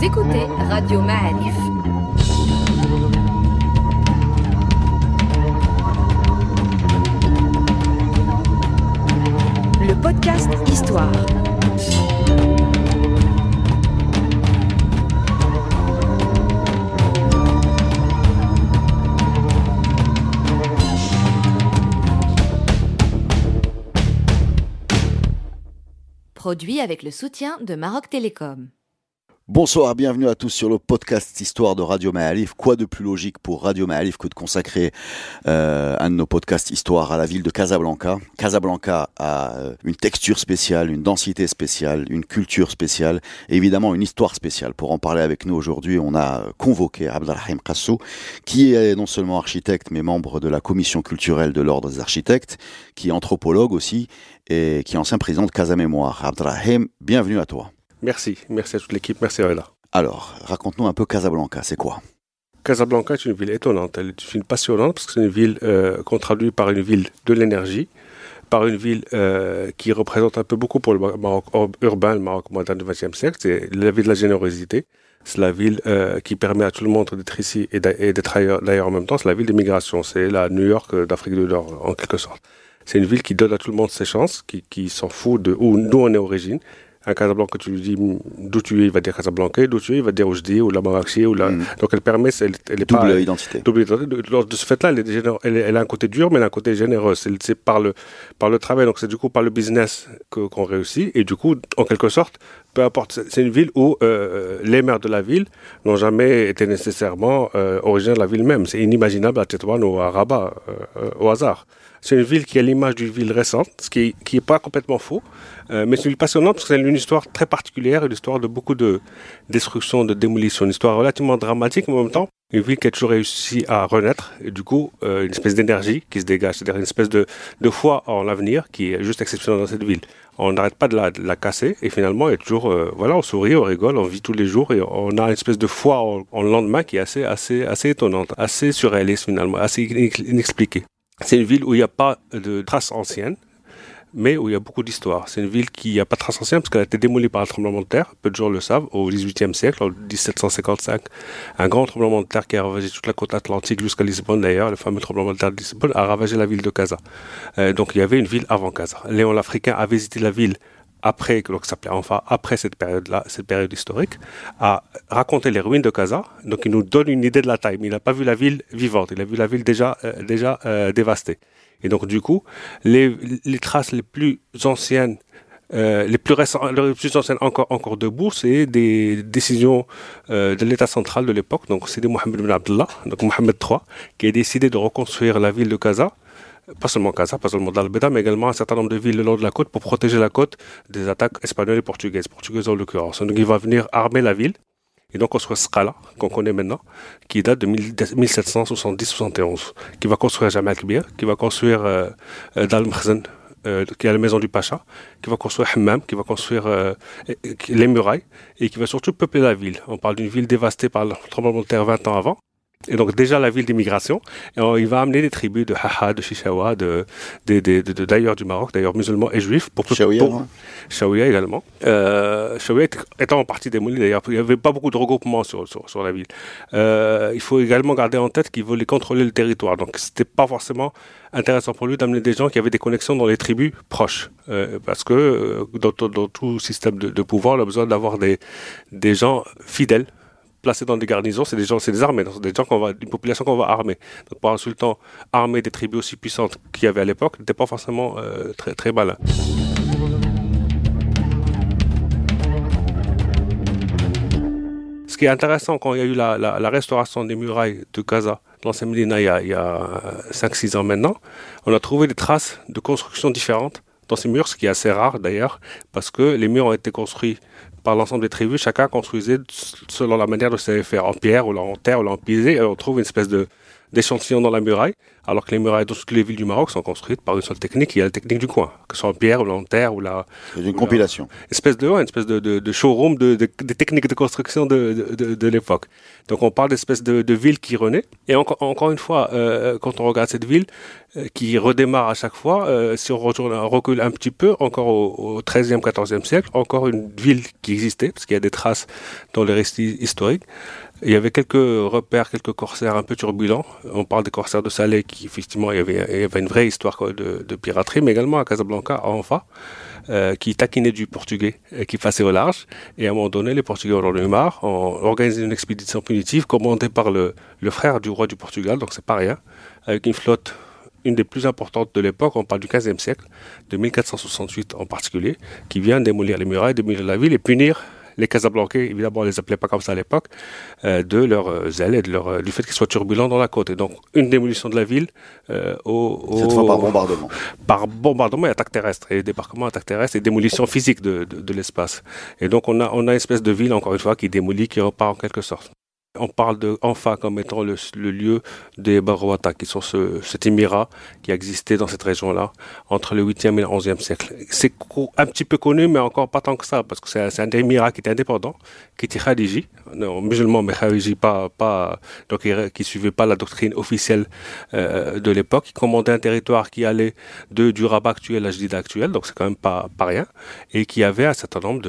Vous écoutez Radio Ma'arif. Le podcast Histoire. Produit avec le soutien de Maroc Télécom. Bonsoir, bienvenue à tous sur le podcast Histoire de Radio Ma'arif. Quoi de plus logique pour Radio Ma'arif que de consacrer un de nos podcasts Histoire à la ville de Casablanca. Casablanca a une texture spéciale, une densité spéciale, une culture spéciale et évidemment une histoire spéciale. Pour en parler avec nous aujourd'hui, on a convoqué Abdelrahim Qassou, qui est non seulement architecte mais membre de la commission culturelle de l'Ordre des architectes, qui est anthropologue aussi et qui est ancien président de Casa Mémoire. Abdelrahim, bienvenue à toi. Merci à toute l'équipe, merci Reda. Alors, raconte-nous un peu Casablanca, c'est quoi ? Casablanca est une ville étonnante, elle est une ville passionnante parce que c'est une ville qu'on traduit par une ville de l'énergie, par une ville qui représente un peu beaucoup pour le Maroc urbain, le Maroc moderne du XXe siècle, c'est la ville de la générosité, c'est la ville qui permet à tout le monde d'être ici et d'être ailleurs en même temps, c'est la ville des migrations, c'est la New York d'Afrique du Nord en quelque sorte. C'est une ville qui donne à tout le monde ses chances, qui s'en fout d'où on est origine. À Casablanca, tu lui dis d'où tu es, il va dire Casablanca, d'où tu es, il va dire Oujdi ou la Marrakchi. Donc elle permet, elle est double identité. Double identité. Lors de ce fait-là, elle a un côté dur, mais elle a un côté généreux. C'est par le travail, donc c'est du coup par le business qu'on réussit. Et du coup, en quelque sorte, peu importe, c'est une ville où les maires de la ville n'ont jamais été nécessairement originaires de la ville même. C'est inimaginable à Tétouan ou à Rabat, au hasard. C'est une ville qui a l'image d'une ville récente, ce qui est pas complètement faux, mais c'est une ville passionnante parce que c'est une histoire très particulière, une histoire de beaucoup de destruction, de démolition, une histoire relativement dramatique, mais en même temps, une ville qui a toujours réussi à renaître, et du coup, une espèce d'énergie qui se dégage, c'est-à-dire une espèce de foi en l'avenir qui est juste exceptionnelle dans cette ville. On n'arrête pas de la casser, et finalement, il y a toujours, on sourit, on rigole, on vit tous les jours, et on a une espèce de foi en le lendemain qui est assez étonnante, assez surréaliste finalement, assez inexpliquée. C'est une ville où il n'y a pas de traces anciennes, mais où il y a beaucoup d'histoire. C'est une ville qui n'a pas de traces anciennes parce qu'elle a été démolie par un tremblement de terre, peu de gens le savent, au XVIIIe siècle, en 1755. Un grand tremblement de terre qui a ravagé toute la côte atlantique jusqu'à Lisbonne d'ailleurs, le fameux tremblement de terre de Lisbonne, a ravagé la ville de Casa. Donc il y avait une ville avant Casa. Léon l'Africain a visité la ville après cette période-là, cette période historique, a raconté les ruines de Casa. Donc il nous donne une idée de la taille, mais il n'a pas vu la ville vivante, il a vu la ville déjà dévastée. Et donc du coup, les traces les plus anciennes, les plus anciennes encore debout, c'est des décisions de l'État central de l'époque. Donc c'est de Mohamed Ben Abdallah, donc Mohamed III, qui a décidé de reconstruire la ville de Casa. Pas seulement Casa, pas seulement Dalbeda, mais également un certain nombre de villes le long de la côte pour protéger la côte des attaques espagnoles et portugaises en l'occurrence. Donc il va venir armer la ville et donc construire Scala, qu'on connaît maintenant, qui date de 1770-71, qui va construire Jamal Kbir, qui va construire Dal Mkhzen, qui est la maison du Pacha, qui va construire Hammam, qui va construire les murailles et qui va surtout peupler la ville. On parle d'une ville dévastée par le tremblement de terre 20 ans avant. Et donc déjà la ville d'immigration, il va amener des tribus de Haha, de Chichawa, d'ailleurs du Maroc, d'ailleurs musulmans et juifs. Chaouia également. Chaouia étant en partie démolie d'ailleurs, il n'y avait pas beaucoup de regroupements sur la ville. Il faut également garder en tête qu'il voulait contrôler le territoire, donc c'était pas forcément intéressant pour lui d'amener des gens qui avaient des connexions dans les tribus proches, parce que dans tout système de pouvoir, on a besoin d'avoir des gens fidèles, placés dans des garnisons, c'est des armées, donc c'est une population qu'on va armer. Donc pour un sultan armer des tribus aussi puissantes qu'il y avait à l'époque, n'était pas forcément très très malin. Ce qui est intéressant quand il y a eu la restauration des murailles de Casa, de l'ancienne Médina, il y a 5-6 ans maintenant, on a trouvé des traces de constructions différentes dans ces murs, ce qui est assez rare d'ailleurs, parce que les murs ont été construits par l'ensemble des tribus, chacun construisait selon la manière de se faire, en pierre ou en terre ou en pisé, et on trouve une espèce de d'échantillons dans la muraille, alors que les murailles dans toutes les villes du Maroc sont construites par une seule technique, il y a la technique du coin, que ce soit en pierre ou en terre ou la... C'est une compilation. Une espèce de showroom de techniques de construction de l'époque. Donc on parle d'espèce de ville qui renaît. Et encore une fois, quand on regarde cette ville, qui redémarre à chaque fois, si on recule un petit peu, encore au XIIIe, XIVe siècle, encore une ville qui existait, parce qu'il y a des traces dans les récits historiques. Il y avait quelques repères, quelques corsaires un peu turbulents. On parle des corsaires de Salé, qui effectivement, il y avait une vraie histoire de piraterie, mais également à Casablanca, à Anfa, qui taquinaient du portugais, qui passait au large. Et à un moment donné, les Portugais en ont eu marre, ont organisé une expédition punitive commandée par le frère du roi du Portugal, donc c'est pas rien, avec une flotte, une des plus importantes de l'époque, on parle du XVe siècle, de 1468 en particulier, qui vient démolir les murailles, démolir la ville et punir les Casablancais, évidemment on les appelait pas comme ça à l'époque, de leur zèle et du fait qu'ils soient turbulents dans la côte. Et donc une démolition de la ville cette fois par bombardement. Par bombardement et attaque terrestre, et débarquement, attaque terrestre et démolition physique de l'espace. Et donc on a une espèce de ville, encore une fois, qui démolit, qui repart en quelque sorte. On parle de Anfa comme étant le lieu des Barouata, qui sont cet émirat qui existait dans cette région-là entre le 8e et le 11e siècle. C'est un petit peu connu, mais encore pas tant que ça, parce que c'est un émirat qui était indépendant, qui était khariji, musulman, mais khariji, donc qui suivait pas la doctrine officielle de l'époque, qui commandait un territoire qui allait du Rabat actuel à Jdida actuel, donc c'est quand même pas rien, et qui avait un certain nombre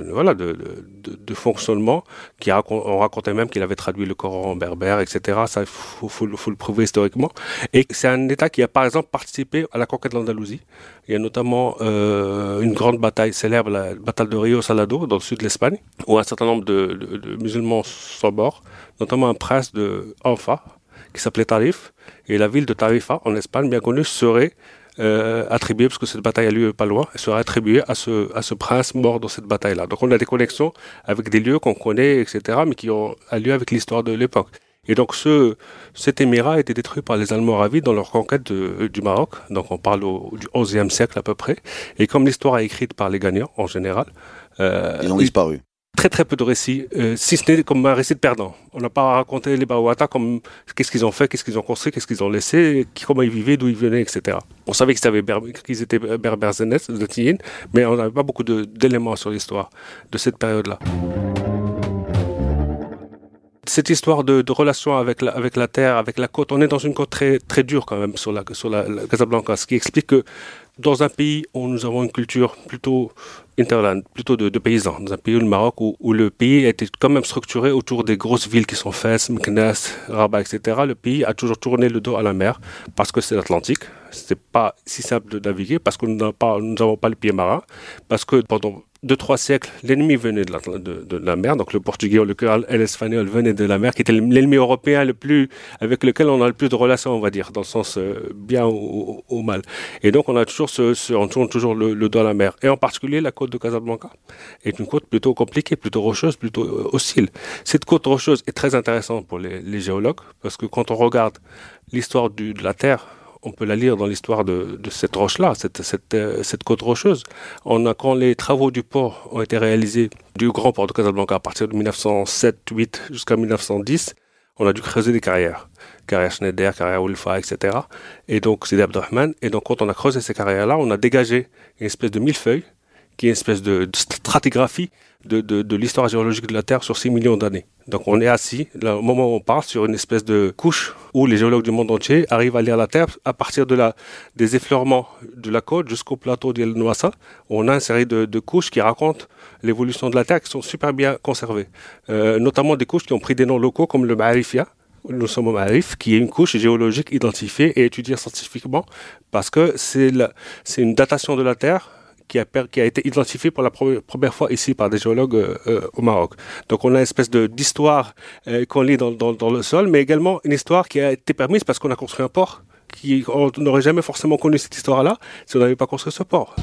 de fonctionnements, on racontait même qu'il avait traduit le Coran en berbère, etc. Ça, il faut le prouver historiquement. Et c'est un État qui a, par exemple, participé à la conquête de l'Andalousie. Il y a notamment une grande bataille célèbre, la bataille de Rio Salado, dans le sud de l'Espagne, où un certain nombre de musulmans sont morts, notamment un prince de Anfa, qui s'appelait Tarif. Et la ville de Tarifa, en Espagne, bien connue, serait attribuée, parce que cette bataille a lieu pas loin, elle serait attribuée à ce prince mort dans cette bataille-là. Donc on a des connexions avec des lieux qu'on connaît, etc., mais qui ont un lieu avec l'histoire de l'époque. Et donc cet émirat a été détruit par les Almoravides dans leur conquête du Maroc. Donc on parle du XIe siècle à peu près. Et comme l'histoire est écrite par les gagnants en général, ils ont disparu. Très très peu de récits, si ce n'est comme un récit de perdant. On n'a pas raconté les Baouata comme qu'est-ce qu'ils ont fait, qu'est-ce qu'ils ont construit, qu'est-ce qu'ils ont laissé, comment ils vivaient, d'où ils venaient, etc. On savait qu'ils étaient berbères de Tiyine, mais on n'avait pas beaucoup d'éléments sur l'histoire de cette période-là. Cette histoire de relation avec la terre, avec la côte, on est dans une côte très, très dure quand même sur la Casablanca, ce qui explique que dans un pays où nous avons une culture plutôt interland, plutôt de paysans, dans un pays, le Maroc, où le pays a été quand même structuré autour des grosses villes qui sont Fès, Meknès, Rabat, etc. Le pays a toujours tourné le dos à la mer parce que c'est l'Atlantique. C'est pas si simple de naviguer parce que nous n'avons pas le pied marin, parce que pendant 2-3 siècles, l'ennemi venait de la mer, donc le portugais et l'espagnol venaient de la mer, qui était l'ennemi européen avec lequel on a le plus de relations, on va dire, dans le sens bien ou mal. Et donc on a toujours on tourne toujours le dos à la mer. Et en particulier, la côte de Casablanca est une côte plutôt compliquée, plutôt rocheuse, plutôt hostile. Cette côte rocheuse est très intéressante pour les géologues, parce que quand on regarde l'histoire de la Terre, on peut la lire dans l'histoire de cette roche-là, cette côte rocheuse. Quand les travaux du port ont été réalisés, du grand port de Casablanca, à partir de 1907-8 jusqu'à 1910, on a dû creuser des carrières. Carrière Schneider, carrière Wolfa, etc. Et donc, c'est Abdelrahman. Et donc, quand on a creusé ces carrières-là, on a dégagé une espèce de millefeuille, qui est une espèce de stratigraphie de l'histoire géologique de la Terre sur 6 millions d'années. Donc on est assis, là, au moment où on parle, sur une espèce de couche où les géologues du monde entier arrivent à lire la Terre à partir des effleurements de la côte jusqu'au plateau d'El Nouassa. On a une série de couches qui racontent l'évolution de la Terre qui sont super bien conservées. Notamment des couches qui ont pris des noms locaux comme le Ma'arifia. Nous sommes au Ma'arif, qui est une couche géologique identifiée et étudiée scientifiquement parce que c'est une datation de la Terre qui a été identifié pour la première fois ici par des géologues au Maroc. Donc on a une espèce d'histoire qu'on lit dans le sol, mais également une histoire qui a été permise parce qu'on a construit un port. On n'aurait jamais forcément connu cette histoire-là si on n'avait pas construit ce port.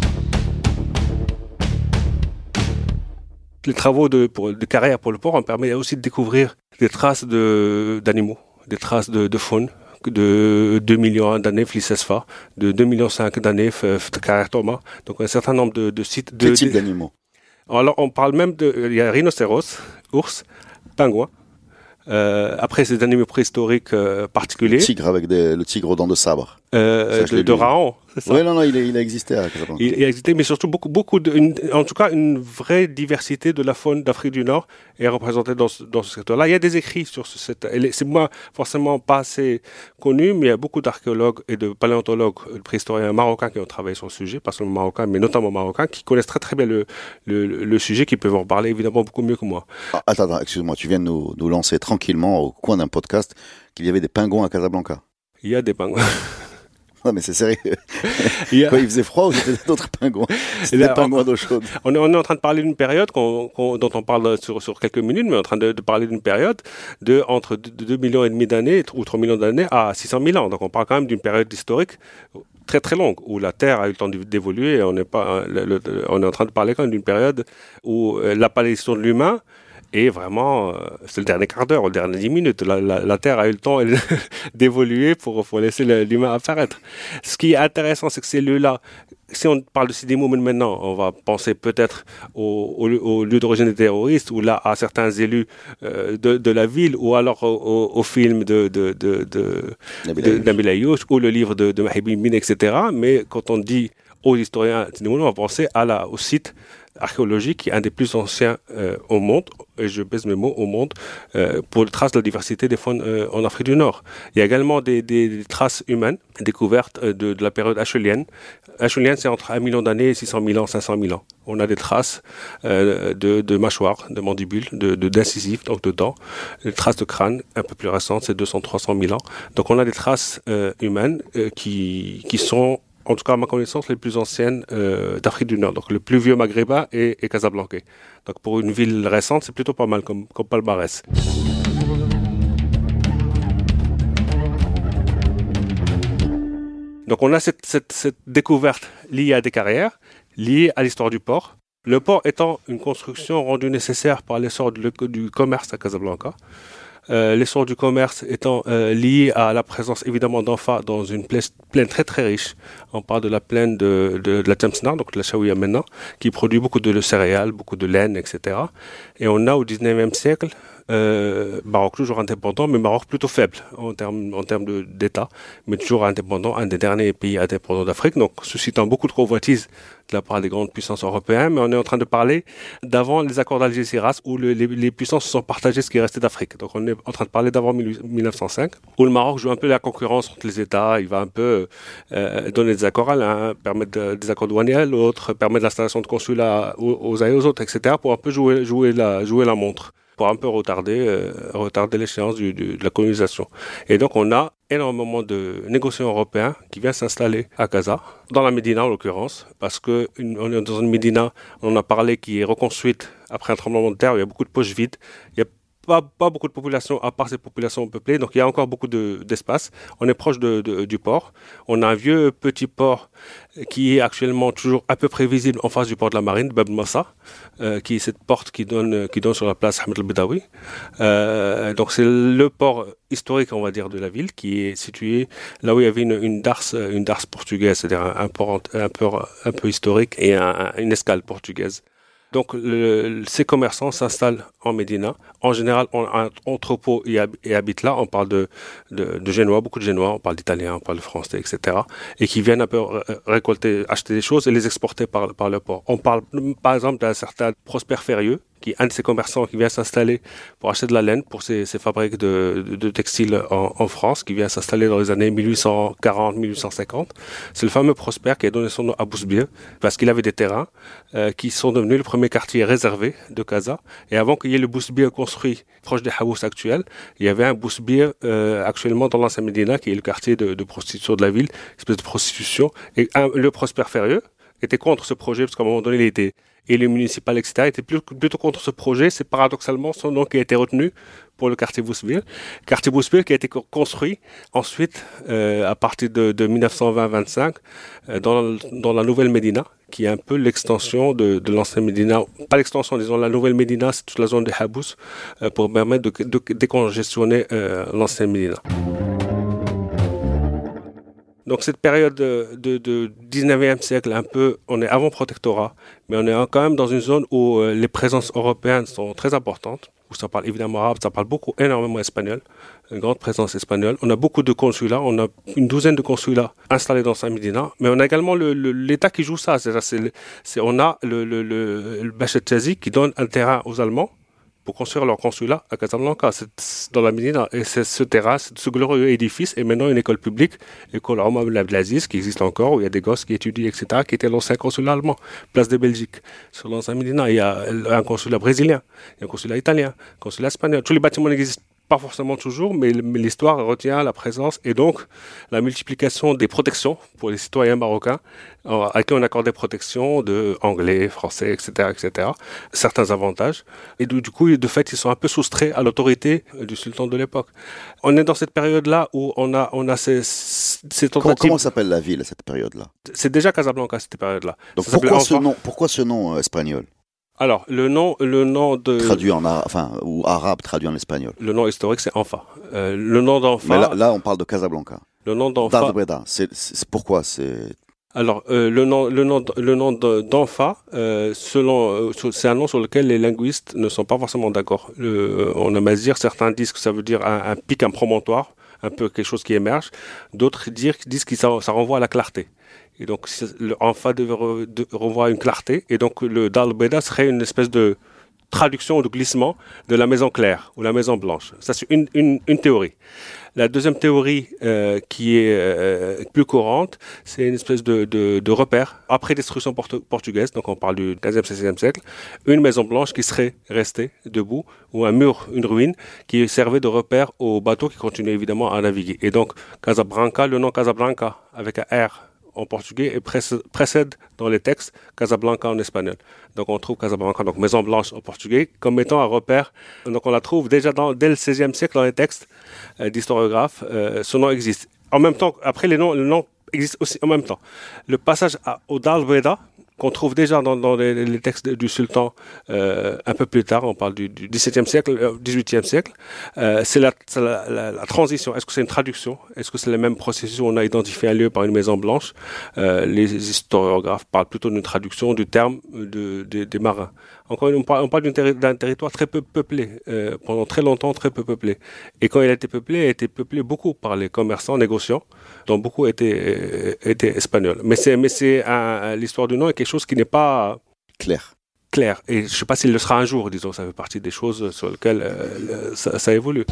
Les travaux de carrière pour le port ont permis aussi de découvrir des traces d'animaux, des traces de faune, de 2 millions d'années Flicesfa, de 2,5 millions d'années Carrière Thomas. Donc un certain nombre de sites. Quel type d'animaux? Alors on parle même il y a rhinocéros, ours, pingouins, Après, c'est des animaux préhistoriques particuliers. Le tigre aux dents de sabre. De Raon, c'est ça? Oui, non, il a existé à Casablanca. Il a existé, mais surtout en tout cas, une vraie diversité de la faune d'Afrique du Nord est représentée dans ce secteur-là. Il y a des écrits sur c'est moi forcément pas assez connu, mais il y a beaucoup d'archéologues et de paléontologues, de préhistoriens marocains qui ont travaillé sur le sujet, pas seulement marocains, mais notamment marocains, qui connaissent très très bien le sujet, qui peuvent en parler évidemment beaucoup mieux que moi. Attends, excuse-moi, tu viens de nous lancer tranquillement au coin d'un podcast qu'il y avait des pingouins à Casablanca. Il y a des pingouins. Non, mais c'est sérieux. Quand il faisait froid, il y avait d'autres pingouins. C'était des pingouins d'eau chaude. On est en train de parler d'une période dont on parle sur quelques minutes, mais on est en train de parler d'une période entre 2,5 millions d'années ou 3 millions d'années à 600 000 ans. Donc on parle quand même d'une période historique très très longue où la Terre a eu le temps d'évoluer. On est en train de parler quand même d'une période où l'apparition de l'humain et vraiment, c'est le dernier quart d'heure, le dernier 10 minutes. La Terre a eu le temps d'évoluer pour laisser l'humain apparaître. Ce qui est intéressant, c'est que ces lieux-là, si on parle de Sidi Moumen maintenant, on va penser peut-être au lieu d'origine des terroristes, ou là à certains élus de la ville, ou alors au film de Nabil Ayouch, ou le livre de Mahib Bin, etc. Mais quand on dit aux historiens Sidi Moumen, on va penser au site archéologique qui est un des plus anciens au monde, et je pèse mes mots, au monde, pour les traces de la diversité des faunes en Afrique du Nord. Il y a également des traces humaines découvertes de la période acheulienne. Acheulienne, c'est entre 1 million d'années et 600 000 ans, 500 000 ans. On a des traces de mâchoires, de mandibules, d'incisifs, donc de dents, des traces de crâne un peu plus récentes, c'est 200-300 000 ans. Donc on a des traces humaines qui sont, en tout cas à ma connaissance, les plus anciennes d'Afrique du Nord. Donc le plus vieux maghrébin est Casablanca. Donc pour une ville récente, c'est plutôt pas mal comme palmarès. Donc on a cette découverte liée à des carrières, liée à l'histoire du port. Le port étant une construction rendue nécessaire par l'essor du commerce à Casablanca. L'essor du commerce étant lié à la présence évidemment d'Anfa dans une plaine très très riche. On parle de la plaine de la Tlemcena, donc de la Chaouia maintenant, qui produit beaucoup de céréales, beaucoup de laine, etc. Et on a au 19e siècle, Maroc toujours indépendant, mais Maroc plutôt faible en termes d'État, mais toujours indépendant, un des derniers pays indépendants d'Afrique, donc suscitant beaucoup de convoitises de la part des grandes puissances européennes. Mais on est en train de parler d'avant les accords d'Algésiras, où les puissances se sont partagées ce qui restait d'Afrique. Donc on est en train de parler d'avant 1905, où le Maroc joue un peu la concurrence entre les États. Il va un peu donner des accords à l'un, permettre des accords douaniers à l'autre, permettre l'installation de consulats aux uns et aux autres, etc., pour un peu jouer la montre, pour un peu retarder l'échéance de la colonisation. Et donc on a énormément de négociants européens qui viennent s'installer à Casa, dans la Médina en l'occurrence, parce qu'on est dans une Médina, on en a parlé, qui est reconstruite après un tremblement de terre, où il y a beaucoup de poches vides, il y a pas beaucoup de population, à part ces populations peuplées, donc il y a encore beaucoup d'espace. On est proche du port. On a un vieux petit port qui est actuellement toujours à peu près visible en face du port de la Marine, Bab Massa, qui est cette porte qui donne sur la place Hamad el-Bedawi. Donc c'est le port historique, on va dire, de la ville, qui est situé là où il y avait une darse portugaise, c'est-à-dire un port un peu historique et une escale portugaise. Donc, ces commerçants s'installent en Médina. En général, on a un entrepôt et habitent là. On parle de Génois, beaucoup de Génois. On parle d'Italiens, on parle de Français, etc. Et qui viennent un peu acheter des choses et les exporter par le port. On parle, par exemple, d'un certain Prosper Ferrieux, qui est un de ces commerçants qui vient s'installer pour acheter de la laine pour ses fabriques de textiles en France, qui vient s'installer dans les années 1840-1850. C'est le fameux Prosper qui a donné son nom à Bousbir, parce qu'il avait des terrains qui sont devenus le premier quartier réservé de Casa. Et avant qu'il y ait le Bousbir construit proche des Habous actuels, il y avait un Bousbir actuellement dans l'ancien Médina, qui est le quartier de prostitution de la ville, une espèce de prostitution. Et le Prosper Ferrieux était contre ce projet, parce qu'à un moment donné, il était élu municipal, etc., était plutôt contre ce projet. C'est paradoxalement son nom qui a été retenu pour le quartier Bousbir. Quartier Bousbir qui a été construit ensuite, à partir de 1920-25, dans la nouvelle Médina, qui est un peu l'extension de l'ancienne Médina. Pas l'extension, disons, la nouvelle Médina, c'est toute la zone des Habous, pour permettre de décongestionner l'ancienne Médina. Donc cette période de 19e siècle, un peu, on est avant protectorat, mais on est quand même dans une zone où les présences européennes sont très importantes, où ça parle évidemment arabe, ça parle énormément espagnol, une grande présence espagnole. On a beaucoup de consulats, on a une douzaine de consulats installés dans Saint-Médina, mais on a également l'État qui joue ça. On a le Bachet Tchazi qui donne un terrain aux Allemands pour construire leur consulat à Casablanca, dans la Médina. Et c'est ce terrain, ce glorieux édifice est maintenant une école publique, l'école Omar Ben Abdelaziz, qui existe encore, où il y a des gosses qui étudient, etc., qui était l'ancien consulat allemand, place de Belgique. Sur l'ancien Médina, il y a un consulat brésilien, il y a un consulat italien, un consulat espagnol. Tous les bâtiments n'existent pas forcément toujours, mais l'histoire retient la présence et donc la multiplication des protections pour les citoyens marocains à qui on accorde des protections de anglais, français, etc., etc. Certains avantages. Et du coup, de fait, ils sont un peu soustraits à l'autorité du sultan de l'époque. On est dans cette période-là où on a ces tentatives. Comment s'appelle la ville à cette période-là? C'est déjà Casablanca, cette période-là. Donc pourquoi ce nom espagnol? Alors, le nom de... Traduit en arabe, ou arabe traduit en espagnol. Le nom historique, c'est Anfa. Le nom d'Anfa... Mais là, on parle de Casablanca. Le nom d'Anfa... C'est pourquoi Alors, le nom d'Anfa, c'est un nom sur lequel les linguistes ne sont pas forcément d'accord. On a Mazir, certains disent que ça veut dire un pic, un promontoire, un peu quelque chose qui émerge. D'autres disent que ça renvoie à la clarté. Et donc, le Anfa renvoie à une clarté. Et donc, le Dal Beda serait une espèce de traduction ou de glissement de la maison claire ou la maison blanche. Ça, c'est une théorie. La deuxième théorie qui est plus courante, c'est une espèce de repère. Après destruction portugaise, donc on parle du 15e, 16e siècle, une maison blanche qui serait restée debout, ou un mur, une ruine, qui servait de repère aux bateaux qui continuaient évidemment à naviguer. Et donc, Casablanca, le nom Casablanca, avec un R en portugais, et précède dans les textes Casablanca en espagnol. Donc on trouve Casablanca, donc Maison Blanche en portugais, comme étant un repère. Donc on la trouve déjà dès le XVIe siècle dans les textes d'historiographes. Ce nom existe. En même temps, après le nom existe aussi en même temps. Le passage au Dal Beda, qu'on trouve déjà dans les textes du sultan un peu plus tard, on parle du XVIIe siècle, XVIIIe siècle, c'est la transition. Est-ce que c'est une traduction? Est-ce que c'est le même processus où on a identifié un lieu par une maison blanche? Les historiographes parlent plutôt d'une traduction du terme des marins. Encore on parle d'un territoire très peu peuplé, pendant très longtemps très peu peuplé. Et quand il a été peuplé beaucoup par les commerçants, négociants, dont beaucoup étaient espagnols. Mais l'histoire du nom est quelque chose qui n'est pas clair. Et je ne sais pas s'il le sera un jour, disons. Ça fait partie des choses sur lesquelles ça évolue.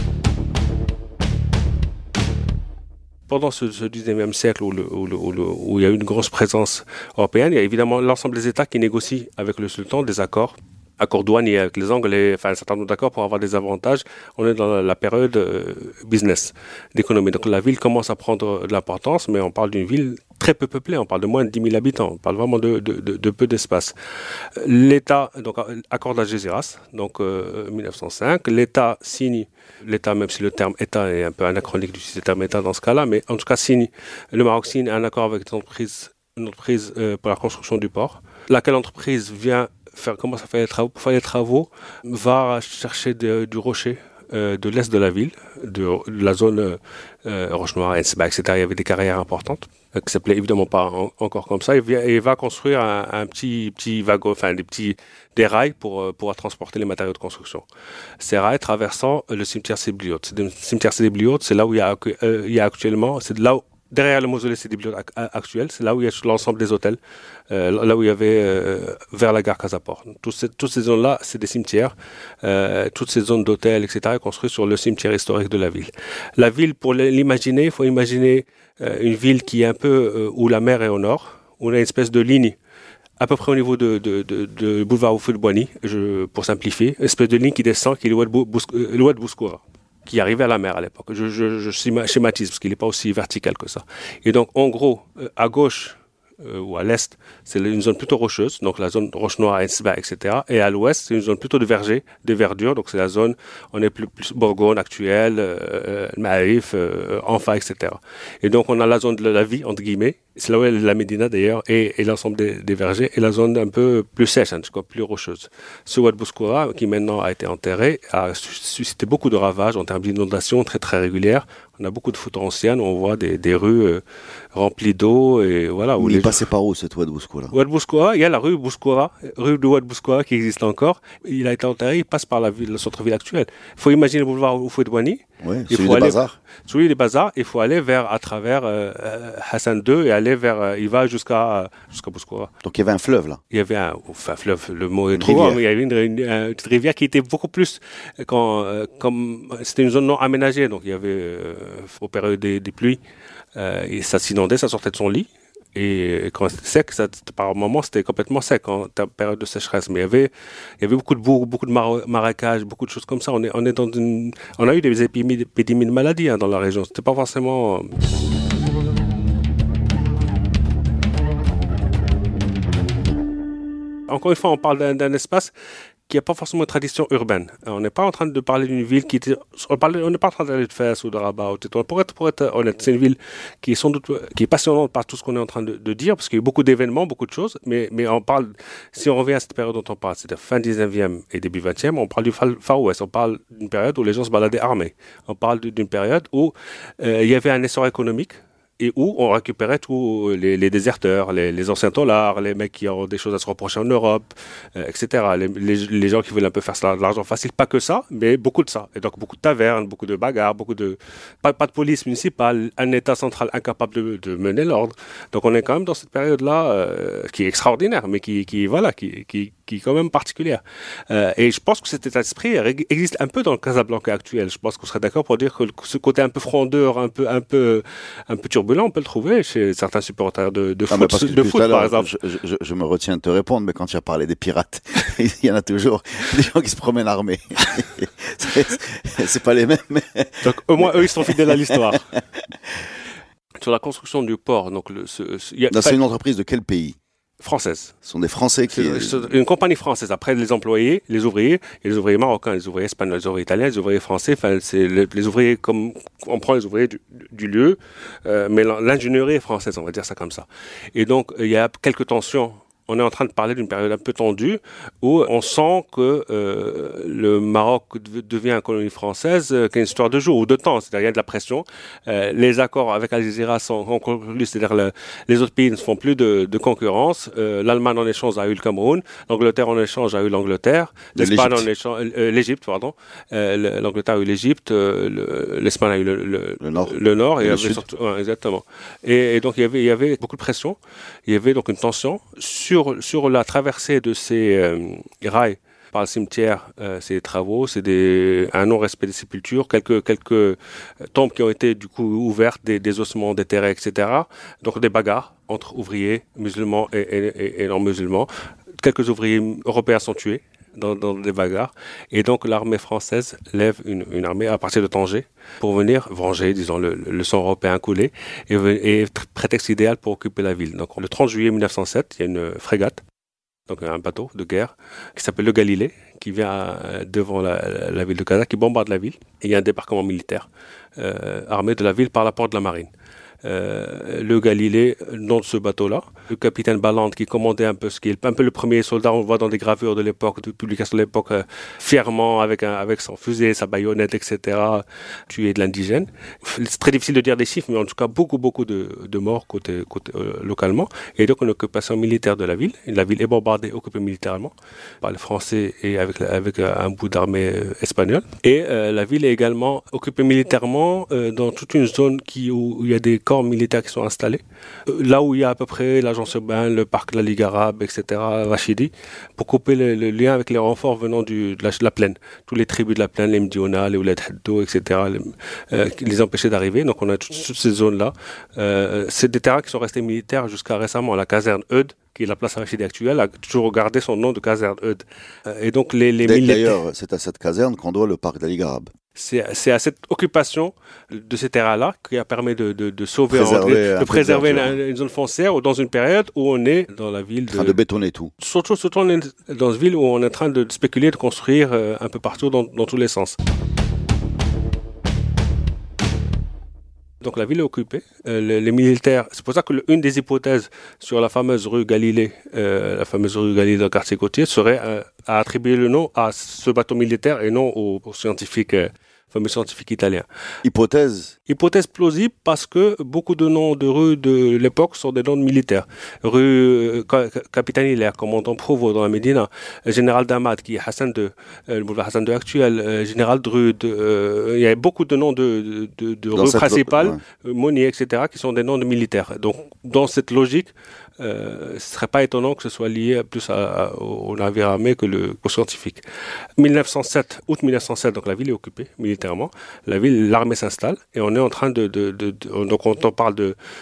Pendant ce 19e siècle où il y a eu une grosse présence européenne, il y a évidemment l'ensemble des États qui négocient avec le sultan des accords douaniers avec les Anglais, enfin un certain nombre d'accords pour avoir des avantages. On est dans la période business, d'économie. Donc la ville commence à prendre de l'importance, mais on parle d'une ville très peu peuplée, on parle de moins de 10 000 habitants, on parle vraiment de peu d'espace. L'État donc accorde Algésiras, donc 1905, l'État signe, même si le terme État est un peu anachronique du terme État dans ce cas-là, mais en tout cas le Maroc signe un accord avec une entreprise pour la construction du port, laquelle entreprise commence à faire les travaux. Pour faire les travaux, va chercher du rocher de l'est de la ville, de la zone Roche-Noire, Ensba, etc. Il y avait des carrières importantes, qui s'appelaient évidemment pas encore comme ça. Il va construire un petit wagon, enfin des rails pour pouvoir transporter les matériaux de construction. Ces rails traversant le cimetière Sidi-Bliout. Le cimetière Sidi-Bliout, c'est là où il y a actuellement, c'est là où derrière le mausolée Sidi-Bliout actuel, c'est là où il y a l'ensemble des hôtels, là où il y avait vers la gare Casaport. Toutes ces zones-là, c'est des cimetières. Toutes ces zones d'hôtels, etc., sont construites sur le cimetière historique de la ville. La ville, pour l'imaginer, il faut imaginer une ville qui est un peu où la mer est au nord, où on a une espèce de ligne à peu près au niveau de boulevard Oufouel-Boigny, pour simplifier, une espèce de ligne qui descend, qui est l'oued Bouskoura, qui arrivait à la mer à l'époque. Je schématise parce qu'il n'est pas aussi vertical que ça. Et donc, en gros, à gauche ou à l'est, c'est une zone plutôt rocheuse, donc la zone Roche-Noire, Ensba, etc. Et à l'ouest, c'est une zone plutôt de verger, de verdure, donc c'est la zone, on est plus Bourgogne actuelle, Maarif, Anfa, etc. Et donc, on a la zone de la vie, entre guillemets, C'est là où est la Médina d'ailleurs, et l'ensemble des vergers, et la zone un peu plus sèche, plus rocheuse. Ce Oued Bouskoura, qui maintenant a été enterré, a suscité beaucoup de ravages en termes d'inondations très très régulières. On a beaucoup de photos anciennes où on voit des rues remplies d'eau. Et voilà, où il passait par où, cet Oued Bouskoura? Oued Bouskoura, il y a la rue Bouskoura, rue de Oued Bouskoura qui existe encore. Il a été enterré, il passe par le centre-ville actuel. Il faut imaginer le boulevard Oufouet-Douani. Oui, celui des bazars. Celui des bazars, il faut aller à travers Hassan II et aller il va jusqu'à Bouskoura. Donc il y avait un fleuve là. Il y avait un fleuve, le mot est trop grand, mais il y avait une petite rivière qui était beaucoup plus comme c'était une zone non aménagée, donc il y avait aux périodes des pluies et ça s'inondait, ça sortait de son lit. Et quand c'était sec, par moments c'était complètement sec en période de sécheresse. Mais il y avait beaucoup de bourgs, beaucoup de marécages, beaucoup de choses comme ça. On a eu des épidémies de maladies dans la région. C'était pas forcément. Encore une fois, on parle d'un espace qui n'a pas forcément une tradition urbaine. On n'est pas en train de parler d'une ville on n'est pas en train d'aller de Fès ou de Rabat ou Tétouan. Pour être honnête, c'est une ville qui est sans doute qui est passionnante par tout ce qu'on est en train de dire, parce qu'il y a eu beaucoup d'événements, beaucoup de choses, mais on parle, si on revient à cette période dont on parle, c'est-à-dire fin 19e et début 20e, on parle du Far West, on parle d'une période où les gens se baladaient armés, on parle d'une période où il y avait un essor économique, et où on récupérait tous les déserteurs, les anciens taulards, les mecs qui ont des choses à se reprocher en Europe, etc. Les gens qui veulent un peu faire ça, de l'argent facile, pas que ça, mais beaucoup de ça. Et donc beaucoup de tavernes, beaucoup de bagarres, pas de police municipale, un État central incapable de mener l'ordre. Donc on est quand même dans cette période-là qui est extraordinaire, mais qui est quand même particulière. Et je pense que cet état d'esprit existe un peu dans le Casablanca actuel. Je pense qu'on serait d'accord pour dire que ce côté un peu frondeur, un peu turbulent, on peut le trouver chez certains supporters de foot, par exemple. Je me retiens de te répondre, mais quand tu as parlé des pirates, il y en a toujours des gens qui se promènent armés. C'est pas les mêmes. Donc au moins eux, ils sont fidèles à l'histoire. Sur la construction du port, donc c'est une entreprise de quel pays? Française. Ce sont des Français qui... Une compagnie française. Après, les employés, les ouvriers, et les ouvriers marocains, les ouvriers espagnols, les ouvriers italiens, les ouvriers français, enfin, c'est les ouvriers comme on prend les ouvriers du lieu, mais l'ingénierie est française, on va dire ça comme ça. Et donc, il y a quelques tensions. On est en train de parler d'une période un peu tendue où on sent que le Maroc devient une colonie française, qu'il y a une histoire de jour ou de temps, c'est-à-dire il y a de la pression. Les accords avec Al Jazeera sont conclus, c'est-à-dire les autres pays ne se font plus de concurrence. L'Allemagne en échange a eu le Cameroun, l'Angleterre en échange a eu l'Angleterre, l'Espagne en échange, l'Égypte, pardon. L'Angleterre a eu l'Égypte, l'Espagne a eu le Nord et Sud. Surtout, exactement. Et donc il y avait beaucoup de pression, il y avait donc une tension sur la traversée de ces rails par le cimetière. C'est des travaux, c'est un non-respect des sépultures, quelques tombes qui ont été du coup ouvertes, des ossements déterrés, etc. Donc des bagarres entre ouvriers musulmans et non musulmans. Quelques ouvriers européens sont tués dans des bagarres, et donc l'armée française lève une armée à partir de Tanger pour venir venger, disons, le sang européen coulé, et prétexte idéal pour occuper la ville. Donc le 30 juillet 1907, il y a une frégate, donc un bateau de guerre qui s'appelle le Galilée, qui vient devant la ville de Casa, qui bombarde la ville, et il y a un débarquement militaire armé de la ville par la porte de la marine. Le Galilée, nom de ce bateau-là, le capitaine Balland qui commandait un peu un peu le premier soldat, on le voit dans des gravures de l'époque, de publications de l'époque, fièrement avec son fusil, sa baïonnette, etc., tué de l'indigène. C'est très difficile de dire des chiffres, mais en tout cas beaucoup de morts côté localement, et donc une occupation militaire de la ville. La ville est bombardée, occupée militairement par les Français et avec un bout d'armée espagnole. Et la ville est également occupée militairement dans toute une zone où il y a des corps militaires qui sont installés. Là où il y a à peu près l'agence urbaine, le parc de la Ligue arabe, etc., Rachidi, pour couper le lien avec les renforts venant de la plaine. Tous les tribus de la plaine, les Mdiona, les Ouled Haddo, etc., les empêcher d'arriver. Donc on a toutes ces zones-là. C'est des terrains qui sont restés militaires jusqu'à récemment. La caserne Eud, qui est la place Rachidi actuelle, a toujours gardé son nom de caserne Eud. Et donc les militaires... D'ailleurs, c'est à cette caserne qu'on doit le parc de la Ligue arabe. C'est à cette occupation de ces terrains-là qui a permis de préserver une zone foncière dans une période où on est dans la ville en train de bétonner tout. Surtout on est dans une ville où on est en train de spéculer, de construire un peu partout dans tous les sens. donc la ville est occupée. Les militaires, c'est pour ça que une des hypothèses sur la fameuse rue Galilée, dans le quartier côtier, serait à attribuer le nom à ce bateau militaire et non au scientifique, fameux scientifique italien. Hypothèse plausible parce que beaucoup de noms de rues de l'époque sont des noms de militaires. Rue Capitaine Hilaire, commandant Provost dans la Médina, Général d'Amad qui est Hassan II, le boulevard Hassan II actuel, Général Drude, il y a beaucoup de noms de rues principales, Monnier, etc., qui sont des noms de militaires. Donc, dans cette logique, ce ne serait pas étonnant que ce soit lié plus au navire armé qu'au scientifique. Août 1907, donc la ville est occupée militairement. L'armée s'installe et on est en train donc quand on parle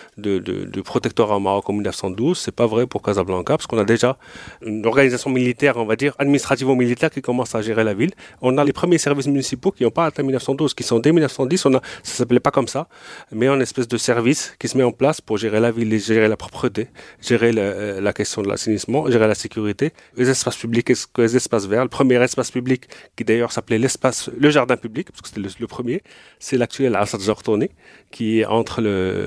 de protectorat au Maroc en 1912, c'est pas vrai pour Casablanca parce qu'on a déjà une organisation militaire, on va dire administrativo-militaire qui commence à gérer la ville. On a les premiers services municipaux qui n'ont pas atteint 1912, qui sont dès 1910. Ça s'appelait pas comme ça, mais une espèce de service qui se met en place pour gérer la ville, gérer la propreté, gérer la question de l'assainissement, gérer la sécurité, les espaces publics, les espaces verts. Le premier espace public, qui d'ailleurs s'appelait le jardin public, parce que c'était le premier, c'est l'actuel Assad Jortoni, qui est entre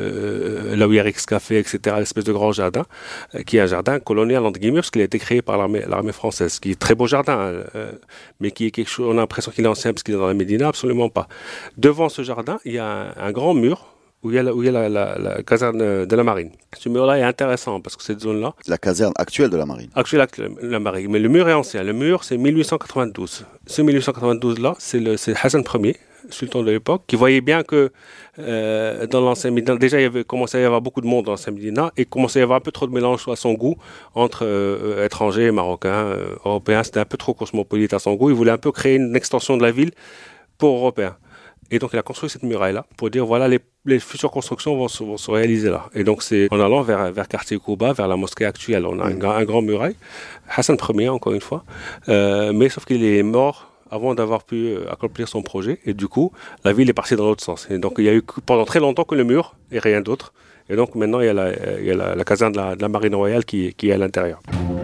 là où il y a Rex Café, etc., l'espèce de grand jardin, qui est un jardin colonial, entre guillemets, parce qu'il a été créé par l'armée française, qui est très beau jardin, mais qui est quelque chose, on a l'impression qu'il est ancien parce qu'il est dans la Médina, absolument pas. Devant ce jardin, il y a un grand mur, où il y a la caserne de la marine. Ce mur-là est intéressant parce que cette zone-là... La caserne actuelle de la marine. Actuelle de la marine. Mais le mur est ancien. Le mur, c'est 1892. Ce 1892-là, c'est Hassan Ier, sultan de l'époque, qui voyait bien que dans l'ancien Médina, déjà il commençait à y avoir beaucoup de monde dans l'ancien Médina et commençait à y avoir un peu trop de mélange à son goût entre étrangers, marocains, européens. C'était un peu trop cosmopolite à son goût. Il voulait un peu créer une extension de la ville pour Européens. Et donc, il a construit cette muraille-là pour dire, voilà, les futures constructions vont se réaliser là. Et donc, c'est en allant vers quartier Kouba, vers la mosquée actuelle. On a un grand muraille. Hassan Ier, encore une fois. Mais sauf qu'il est mort avant d'avoir pu accomplir son projet. Et du coup, la ville est partie dans l'autre sens. Et donc, il y a eu pendant très longtemps que le mur et rien d'autre. Et donc, maintenant, il y a la caserne de la Marine Royale qui est à l'intérieur.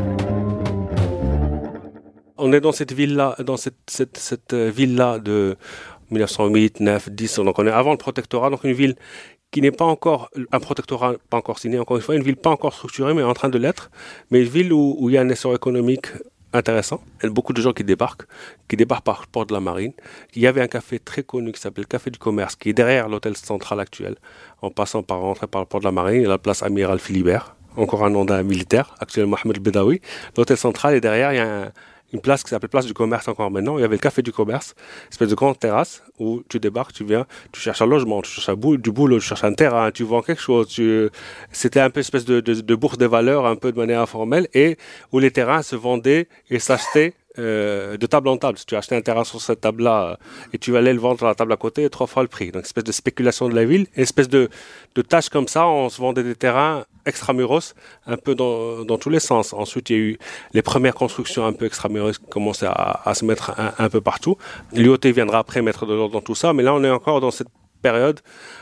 On est dans cette ville-là, cette ville-là de 1908, 9, 10, donc on est avant le protectorat, donc une ville qui n'est pas encore, un protectorat pas encore signé, encore une fois, une ville pas encore structurée, mais en train de l'être, mais une ville où il y a un essor économique intéressant. Il y a beaucoup de gens qui débarquent par le port de la Marine. Il y avait un café très connu qui s'appelle le Café du Commerce, qui est derrière l'hôtel central actuel, en passant par rentrer par le port de la Marine, il y a la place Amiral Philibert, encore un nom d'un militaire, actuellement Mohamed Bedawi. L'hôtel central est derrière, il y a une place qui s'appelle Place du Commerce encore maintenant. Il y avait le Café du Commerce, une espèce de grande terrasse où tu débarques, tu viens, tu cherches un logement, tu cherches du boulot, tu cherches un terrain, tu vends quelque chose. C'était un peu une espèce de bourse des valeurs, un peu de manière informelle, et où les terrains se vendaient et s'achetaient de table en table. Si tu achetais un terrain sur cette table-là et tu allais le vendre à la table à côté, 3 fois le prix. Donc, une espèce de spéculation de la ville, une espèce de tâche comme ça, on se vendait des terrains extramuros, un peu dans tous les sens. Ensuite, il y a eu les premières constructions un peu extramuros qui commençaient à se mettre un peu partout. L'IOT viendra après mettre de l'ordre dans tout ça, mais là, on est encore dans cette période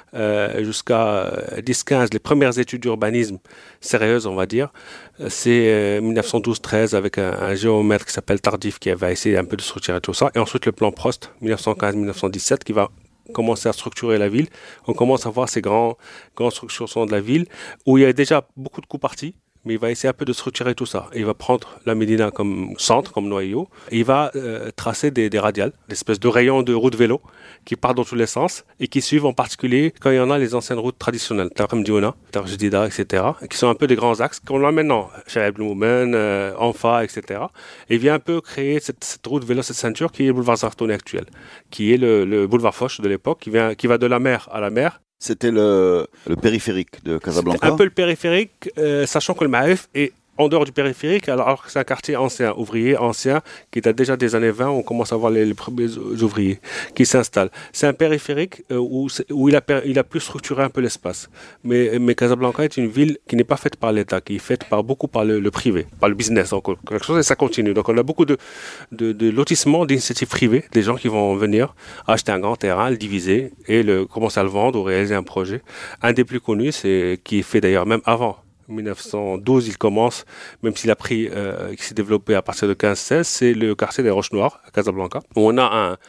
jusqu'à 10-15, les premières études d'urbanisme sérieuses, on va dire. C'est 1912-13 avec un géomètre qui s'appelle Tardif qui va essayer un peu de structurer tout ça. Et ensuite, le plan Prost, 1915-1917, qui va commencer à structurer la ville. On commence à voir ces grandes structures de la ville où il y a déjà beaucoup de coups partis. Mais il va essayer un peu de structurer tout ça. Et il va prendre la Médina comme centre, comme noyau. Et il va tracer des radiales, des espèces de rayons de routes vélo qui partent dans tous les sens et qui suivent en particulier quand il y en a les anciennes routes traditionnelles, Tarem Diouna, Tarjedida, etc., qui sont un peu des grands axes qu'on a maintenant, Chaeb Loumen, Anfa, etc. Et il vient un peu créer cette route vélo, cette ceinture qui est le boulevard Zartoni actuel, qui est le boulevard Foch de l'époque, qui va de la mer à la mer. C'était le périphérique de Casablanca. C'était un peu le périphérique, sachant que le Maïf est en dehors du périphérique, alors que c'est un quartier ancien, ouvrier ancien, qui date déjà des années 20, on commence à voir les premiers ouvriers qui s'installent. C'est un périphérique où il a pu structurer un peu l'espace. Mais Casablanca est une ville qui n'est pas faite par l'État, qui est faite beaucoup par le privé, par le business, encore quelque chose, et ça continue. Donc on a beaucoup de lotissements, d'initiatives privées, des gens qui vont venir acheter un grand terrain, le diviser et commencer à le vendre ou réaliser un projet. Un des plus connus, qui est fait d'ailleurs même avant 1912, il commence, même s'il a pris, qui s'est développé à partir de 15-16, c'est le quartier des Roches Noires à Casablanca, où on a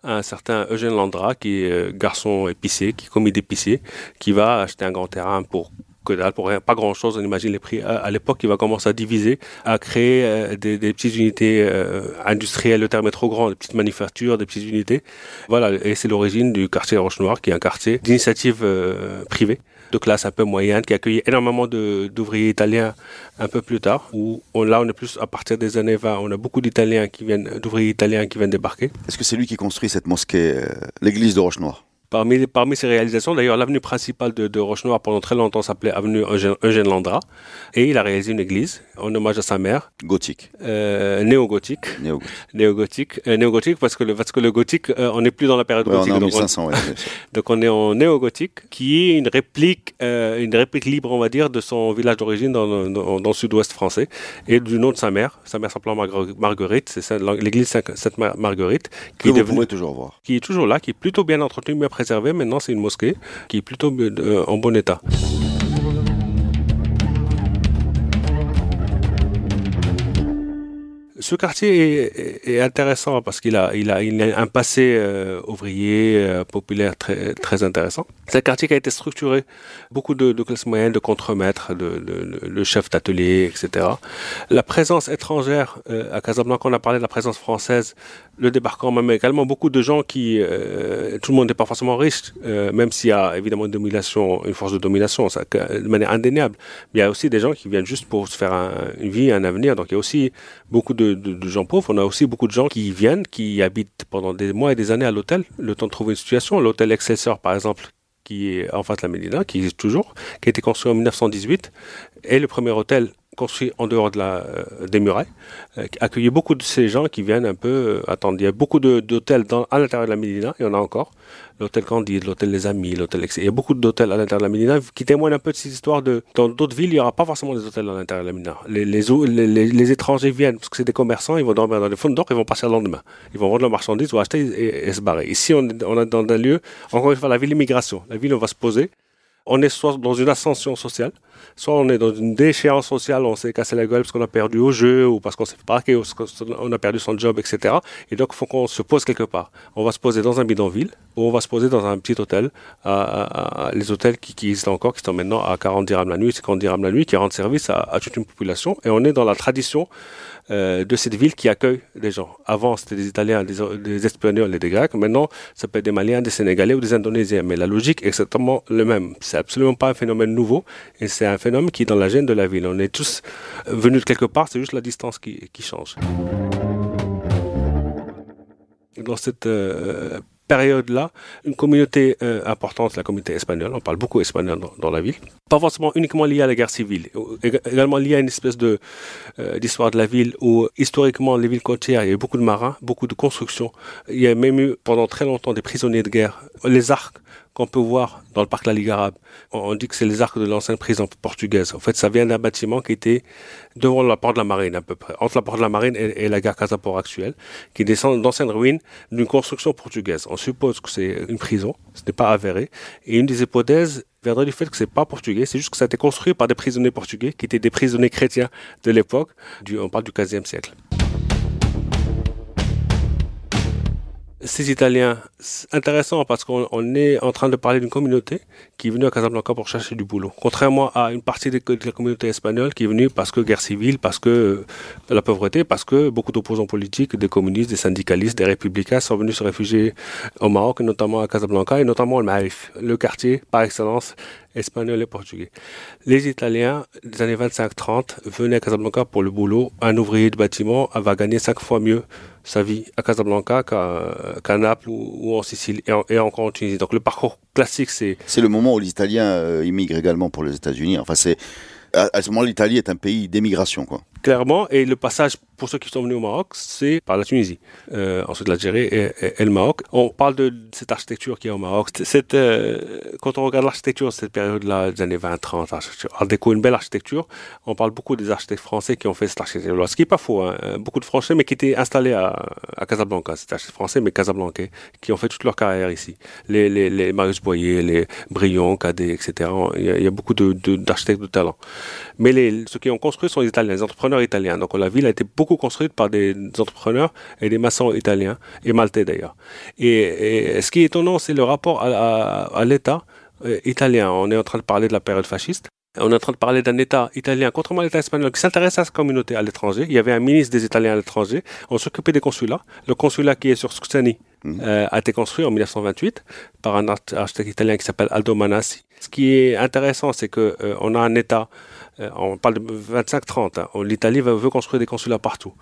un certain Eugène Landra, qui est garçon épicier, qui est commis d'épicier, qui va acheter un grand terrain pour rien, pas grand chose, on imagine les prix. À l'époque, il va commencer à diviser, à créer des petites unités industrielles, le terme est trop grand, des petites manufactures, des petites unités. Voilà, et c'est l'origine du quartier Roche-Noire, qui est un quartier d'initiative privée, de classe un peu moyenne, qui accueillait énormément d'ouvriers italiens un peu plus tard, là on est plus à partir des années 20, on a beaucoup d'ouvriers italiens qui viennent débarquer. Est-ce que c'est lui qui construit cette mosquée, l'église de Roche-Noire? Parmi ses réalisations, d'ailleurs, l'avenue principale de Roche-Noire pendant très longtemps s'appelait avenue Eugène Landra, et il a réalisé une église en hommage à sa mère. Gothique. Néo-gothique. Néo-gothique parce que le gothique, on n'est plus dans la période gothique. On est en 1500, donc on est en néo-gothique, qui est une réplique libre, on va dire, de son village d'origine dans le sud-ouest français, et du nom de sa mère s'appelant Marguerite, c'est l'église Sainte-Marguerite, que vous pourrez toujours voir. Qui est toujours là, qui est plutôt bien entretenue, bien préservée. Maintenant, c'est une mosquée qui est plutôt en bon état. Ce quartier est intéressant parce qu'il a un passé ouvrier populaire très très intéressant. C'est un quartier qui a été structuré, beaucoup de classes moyennes, de contremaîtres, le chef d'atelier, etc. La présence étrangère à Casablanca, on a parlé de la présence française, le débarquement, même également beaucoup de gens qui, tout le monde n'est pas forcément riche, même s'il y a évidemment une force de domination, ça, de manière indéniable. Mais il y a aussi des gens qui viennent juste pour se faire une vie, un avenir. Donc il y a aussi beaucoup de gens pauvres. On a aussi beaucoup de gens qui viennent, qui habitent pendant des mois et des années à l'hôtel, le temps de trouver une situation. L'hôtel Excelsior, par exemple, qui est en face de la Médina, qui existe toujours, qui a été construit en 1918, est le premier hôtel construit en dehors des murailles, qui accueillait beaucoup de ces gens qui viennent un peu attendre. Il y a beaucoup d'hôtels à l'intérieur de la Médina, il y en a encore. L'hôtel Candide, l'hôtel Les Amis, il y a beaucoup d'hôtels à l'intérieur de la Médina qui témoignent un peu de cette histoire dans d'autres villes, il n'y aura pas forcément des hôtels à l'intérieur de la Médina. Les étrangers viennent, parce que c'est des commerçants, ils vont dormir dans des fonds d'or, ils vont passer le lendemain. Ils vont vendre leurs marchandises, vont acheter et se barrer. Ici, on est dans un lieu, encore une fois, la ville immigration. La ville, on va se poser. On est soit dans une ascension sociale, soit on est dans une déchéance sociale, on s'est cassé la gueule parce qu'on a perdu au jeu, ou parce qu'on s'est fait braquer, ou parce qu'on a perdu son job, etc. Et donc, il faut qu'on se pose quelque part. On va se poser dans un bidonville, ou on va se poser dans un petit hôtel, les hôtels qui existent encore, qui sont maintenant à 40 dirhams la nuit, 50 dirhams la nuit, qui rendent service à toute une population. Et on est dans la tradition de cette ville qui accueille des gens. Avant, c'était des Italiens, des Espagnols et des Grecs. Maintenant, ça peut être des Maliens, des Sénégalais ou des Indonésiens. Mais la logique est exactement le même. C'est absolument pas un phénomène nouveau. Et c'est un phénomène qui est dans la gène de la ville. On est tous venus de quelque part. C'est juste la distance qui change. Dans cette période-là, une communauté importante, la communauté espagnole, on parle beaucoup espagnol dans la ville, pas forcément uniquement liée à la guerre civile, également liée à une espèce d'histoire de la ville où historiquement les villes côtières, il y a eu beaucoup de marins, beaucoup de constructions, il y a même eu pendant très longtemps des prisonniers de guerre, les arcs qu'on peut voir dans le parc La Ligue Arabe. On dit que c'est les arcs de l'ancienne prison portugaise. En fait, ça vient d'un bâtiment qui était devant la porte de la Marine, à peu près, entre la porte de la Marine et la gare Casaport actuelle, qui descend d'anciennes ruines d'une construction portugaise. On suppose que c'est une prison, ce n'est pas avéré. Et une des hypothèses viendrait du fait que c'est pas portugais, c'est juste que ça a été construit par des prisonniers portugais, qui étaient des prisonniers chrétiens de l'époque, on parle du XVe siècle. Ces Italiens, c'est intéressant parce qu'on est en train de parler d'une communauté qui est venue à Casablanca pour chercher du boulot. Contrairement à une partie de la communauté espagnole qui est venue parce que guerre civile, parce que la pauvreté, parce que beaucoup d'opposants politiques, des communistes, des syndicalistes, des républicains sont venus se réfugier au Maroc, notamment à Casablanca et notamment au Maarif, le quartier par excellence espagnol et portugais. Les Italiens des années 25-30 venaient à Casablanca pour le boulot. Un ouvrier de bâtiment va gagner 5 fois mieux sa vie à Casablanca qu'à Naples ou en Sicile et encore en Tunisie. Donc le parcours classique, c'est le moment où les Italiens immigrent également pour les États-Unis. Enfin, à ce moment, l'Italie est un pays d'émigration, quoi. Clairement, et le passage pour ceux qui sont venus au Maroc, c'est par la Tunisie, ensuite l'Algérie et le Maroc. On parle de cette architecture qu'il y a au Maroc. Quand on regarde l'architecture de cette période-là, des années 20-30, Art déco, une belle architecture, on parle beaucoup des architectes français qui ont fait cette architecture-là, ce qui n'est pas faux, hein. Beaucoup de Français, mais qui étaient installés à Casablanca, c'était architectes français, mais casablancais, qui ont fait toute leur carrière ici. Les Marius Boyer, les Brion, Cadet, etc. Il y a beaucoup d'architectes de talent. Mais ceux qui ont construit sont les Italiens, les entrepreneurs italiens. Donc la ville a été beaucoup beaucoup construites par des entrepreneurs et des maçons italiens et maltais d'ailleurs. Et ce qui est étonnant, c'est le rapport à l'État italien. On est en train de parler de la période fasciste. On est en train de parler d'un État italien, contrairement à l'État espagnol, qui s'intéresse à sa communauté à l'étranger. Il y avait un ministre des Italiens à l'étranger. On s'occupait des consulats. Le consulat qui est sur Scuzzani a été construit en 1928 par un architecte italien qui s'appelle Aldo Manassi. Ce qui est intéressant, c'est que on a un État, on parle de 25-30, l'Italie veut construire des consulats partout.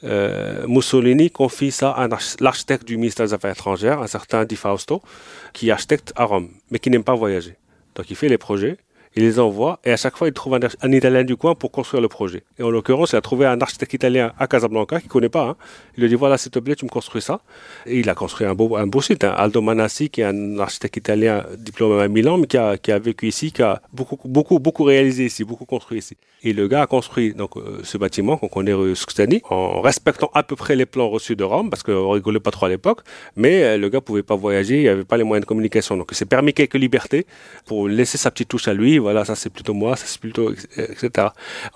Mussolini confie ça à l'architecte du ministère des Affaires étrangères, un certain Di Fausto, qui est architecte à Rome, mais qui n'aime pas voyager. Donc il fait les projets. Il les envoie et à chaque fois il trouve un Italien du coin pour construire le projet. Et en l'occurrence, il a trouvé un architecte italien à Casablanca qu'il ne connaît pas. Il lui dit voilà, s'il te plaît, tu me construis ça. Et il a construit un beau site. Aldo Manassi, qui est un architecte italien diplômé à Milan, mais qui a vécu ici, qui a beaucoup réalisé ici, beaucoup construit ici. Et le gars a construit donc ce bâtiment qu'on connaît rue Scuzzani en respectant à peu près les plans reçus de Rome, parce qu'on rigolait pas trop à l'époque. Mais le gars pouvait pas voyager, il n'y avait pas les moyens de communication. Donc il s'est permis quelques libertés pour laisser sa petite touche à lui. Voilà, ça c'est plutôt moi, ça c'est plutôt, etc.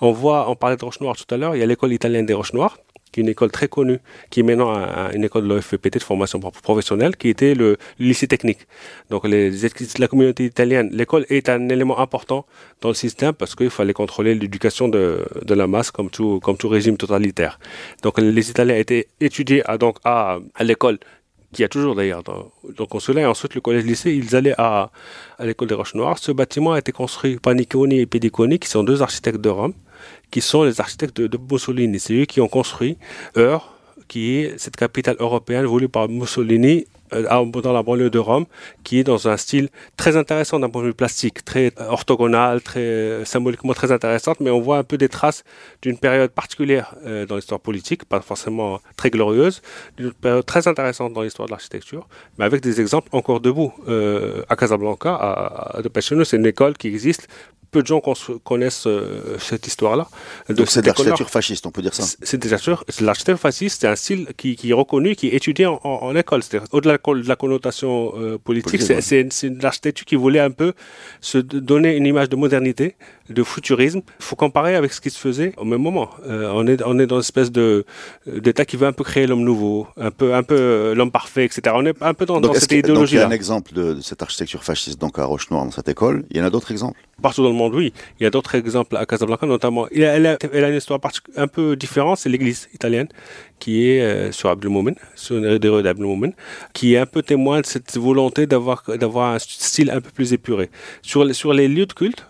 On parlait de Roche-Noire tout à l'heure, il y a l'école italienne des Roches-Noires, qui est une école très connue, qui est maintenant une école de l'OFPT, de formation professionnelle, qui était le lycée technique. Donc la communauté italienne, l'école est un élément important dans le système parce qu'il fallait contrôler l'éducation de la masse comme tout régime totalitaire. Donc les Italiens étaient étudiés à l'école, qui y a toujours d'ailleurs dans le consulat, et ensuite le collège-lycée, ils allaient à l'école des Roches-Noires. Ce bâtiment a été construit par Paniconi et Pediconi, qui sont deux architectes de Rome, qui sont les architectes de Mussolini. C'est eux qui ont construit Eur, qui est cette capitale européenne voulue par Mussolini dans la banlieue de Rome, qui est dans un style très intéressant d'un point de vue plastique, très orthogonal, très symboliquement très intéressante, mais on voit un peu des traces d'une période particulière dans l'histoire politique, pas forcément très glorieuse, d'une période très intéressante dans l'histoire de l'architecture, mais avec des exemples encore debout. À Casablanca, à de Pesciano, c'est une école qui existe. Peu de gens connaissent cette histoire-là. Donc c'est de l'architecture fasciste, on peut dire ça. C'est l'architecture fasciste, c'est un style qui est reconnu, qui est étudié en école. C'est-à-dire, au-delà de la connotation politique, c'est une architecture qui voulait un peu se donner une image de modernité, de futurisme. Il faut comparer avec ce qui se faisait au même moment. On est dans une espèce d'état qui veut un peu créer l'homme nouveau, un peu l'homme parfait, etc. On est un peu dans cette idéologie-là. Donc il y a un exemple de cette architecture fasciste donc à Roche-Noire dans cette école. Il y en a d'autres exemples? Partout dans le monde, oui. Il y a d'autres exemples à Casablanca, notamment. Elle a une histoire un peu différente, c'est l'église italienne, qui est sur Abdelmoumen, sur les rues d'Abdelmoumen, qui est un peu témoin de cette volonté d'avoir un style un peu plus épuré. Sur les lieux de culte,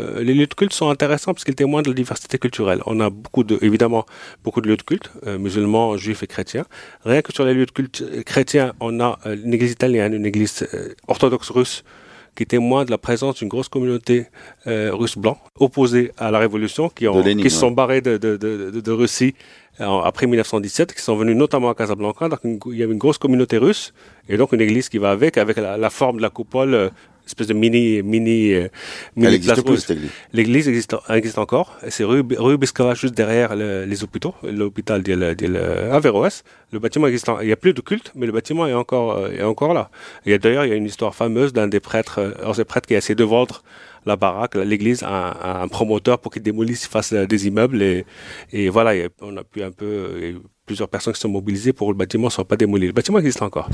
sont intéressants parce qu'ils témoignent de la diversité culturelle. On a évidemment beaucoup de lieux de culte, musulmans, juifs et chrétiens. Rien que sur les lieux de culte chrétiens, on a une église italienne, une église orthodoxe russe, qui témoigne de la présence d'une grosse communauté russe blanc, opposée à la Révolution, qui se sont barrés de Russie après 1917, qui sont venus notamment à Casablanca. Donc il y avait une grosse communauté russe, et donc une église qui va avec la forme de la coupole, espèce de mini Elle existe plus, cette église. L'église existe encore. C'est rue Biscava, juste derrière les hôpitaux, l'hôpital d'Averroès. Le bâtiment existe. Il n'y a plus de culte, mais le bâtiment est encore là. D'ailleurs, il y a une histoire fameuse d'un des prêtres, qui a essayé de vendre la baraque, l'église, à un promoteur pour qu'il démolisse, fasse des immeubles. Et voilà, il y a eu plusieurs personnes qui sont mobilisées pour que le bâtiment ne soit pas démoli. Le bâtiment existe encore.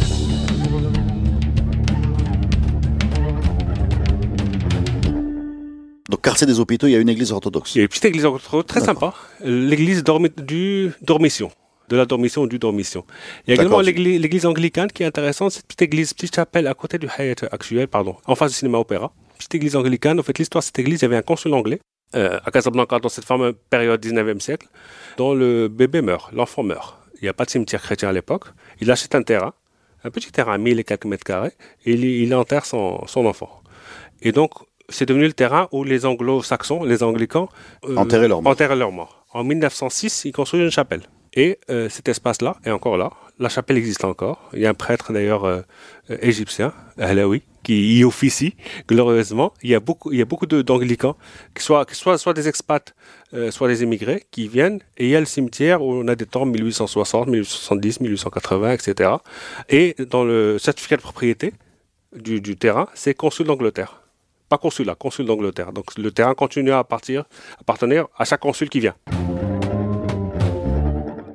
Donc, quartier des hôpitaux, il y a une église orthodoxe. Il y a une petite église orthodoxe très sympa. L'église du Dormition. De la Dormition ou du Dormition. Il y a également l'église anglicane qui est intéressante. Cette petite chapelle à côté du Hayat actuel, en face du cinéma opéra. Petite église anglicane. En fait, l'histoire de cette église, il y avait un consul anglais à Casablanca dans cette fameuse période 19e siècle, dont le bébé meurt, l'enfant meurt. Il n'y a pas de cimetière chrétien à l'époque. Il achète un petit terrain, 1000 et quelques mètres carrés, et il enterre son enfant. Et donc, c'est devenu le terrain où les anglo-saxons, les anglicans, enterraient leur mort. En 1906, ils construisent une chapelle. Et cet espace-là est encore là. La chapelle existe encore. Il y a un prêtre d'ailleurs égyptien, Alaoui, qui y officie glorieusement. Il y a beaucoup d'anglicans, qui soit des expats, soit des immigrés, qui viennent. Et il y a le cimetière où on a des temps 1860, 1870, 1880, etc. Et dans le certificat de propriété du terrain, c'est consul d'Angleterre. Pas consulat, consul d'Angleterre. Donc le terrain continue à appartenir à chaque consul qui vient.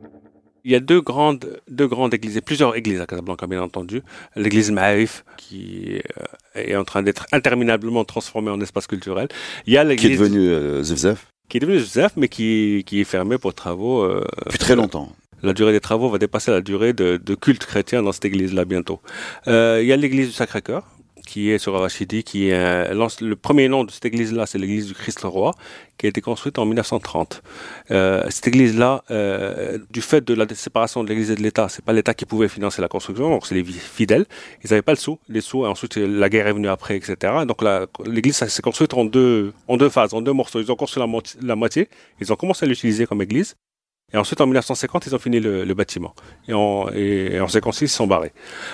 Il y a deux grandes églises, et plusieurs églises à Casablanca, bien entendu. L'église Maarif, qui est en train d'être interminablement transformée en espace culturel. Il y a l'église... Qui est devenue Zefzef. Qui est devenue Zefzef, mais qui est fermée pour travaux... Depuis très longtemps. La durée des travaux va dépasser la durée de culte chrétien dans cette église-là bientôt. Il y a l'église du Sacré-Cœur, qui est sur Rachidi, qui est le premier nom de cette église-là, c'est l'église du Christ-le-Roi, qui a été construite en 1930. Cette église-là, du fait de la séparation de l'église et de l'État, c'est pas l'État qui pouvait financer la construction, donc c'est les fidèles. Ils n'avaient pas les sous, et ensuite la guerre est venue après, etc. Donc l'église s'est construite en deux phases, en deux morceaux. Ils ont construit la moitié, ils ont commencé à l'utiliser comme église. Et ensuite, en 1950, ils ont fini le bâtiment. Et en 1956, ils se sont barrés.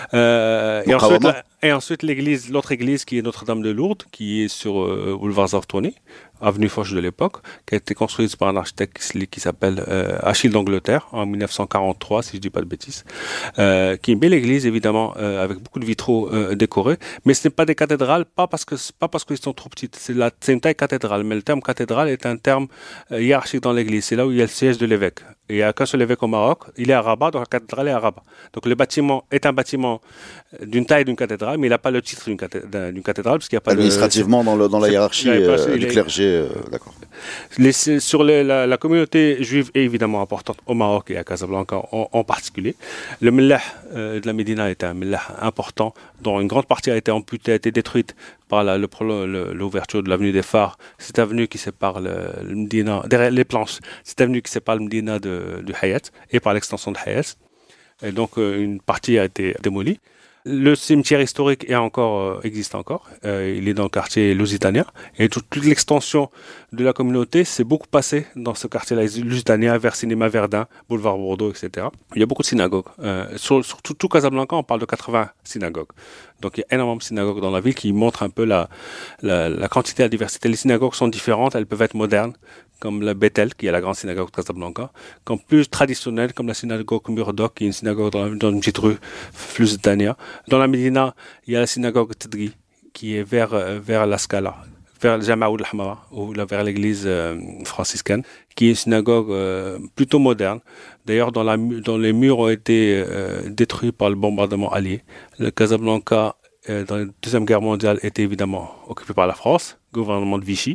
Et ensuite, l'autre église qui est Notre-Dame de Lourdes, qui est sur boulevard Zavtouni, avenue Foch de l'époque, qui a été construite par un architecte qui s'appelle Achille d'Angleterre en 1943, si je dis pas de bêtises, qui est une belle église évidemment avec beaucoup de vitraux décorés, mais ce n'est pas des cathédrales, pas parce qu'ils sont trop petites, c'est une taille cathédrale, mais le terme cathédrale est un terme hiérarchique dans l'église, c'est là où il y a le siège de l'évêque. Et il n'y a qu'un seul évêque au Maroc, il est à Rabat, donc la cathédrale est à Rabat. Donc le bâtiment est un bâtiment d'une taille d'une cathédrale, mais il n'a pas le titre d'une cathédrale, parce qu'il n'y a pas administrativement dans la hiérarchie du clergé, d'accord. Sur la communauté juive est évidemment importante au Maroc et à Casablanca en particulier. Le Mellah de la Médina était un Mellah important, dont une grande partie a été amputée, a été détruite par l'ouverture de l'avenue des Phares, cette avenue qui sépare le Médina, derrière les planches, cette avenue qui sépare le Médina du Hayat, et par l'extension de Hayat. Et donc une partie a été démolie. Le cimetière historique existe encore. Il est dans le quartier Lusitania. Et toute l'extension de la communauté s'est beaucoup passée dans ce quartier-là, Lusitania, vers Cinéma Verdun, Boulevard Bordeaux, etc. Il y a beaucoup de synagogues. Sur tout Casablanca, on parle de 80 synagogues. Donc il y a énormément de synagogues dans la ville qui montrent un peu la quantité et la diversité. Les synagogues sont différentes, elles peuvent être modernes, comme la Bethel, qui est la grande synagogue de Casablanca, comme plus traditionnelle, comme la synagogue Murdoch, qui est une synagogue dans une petite rue, Lusitania. Dans la Médina, il y a la synagogue Tedri, qui est vers la Scala, vers le Jama' al-Hamra, ou vers l'église franciscaine, qui est une synagogue plutôt moderne. D'ailleurs, dont les murs ont été détruits par le bombardement allié. Le Casablanca, dans la Deuxième Guerre mondiale, était évidemment occupé par la France, gouvernement de Vichy.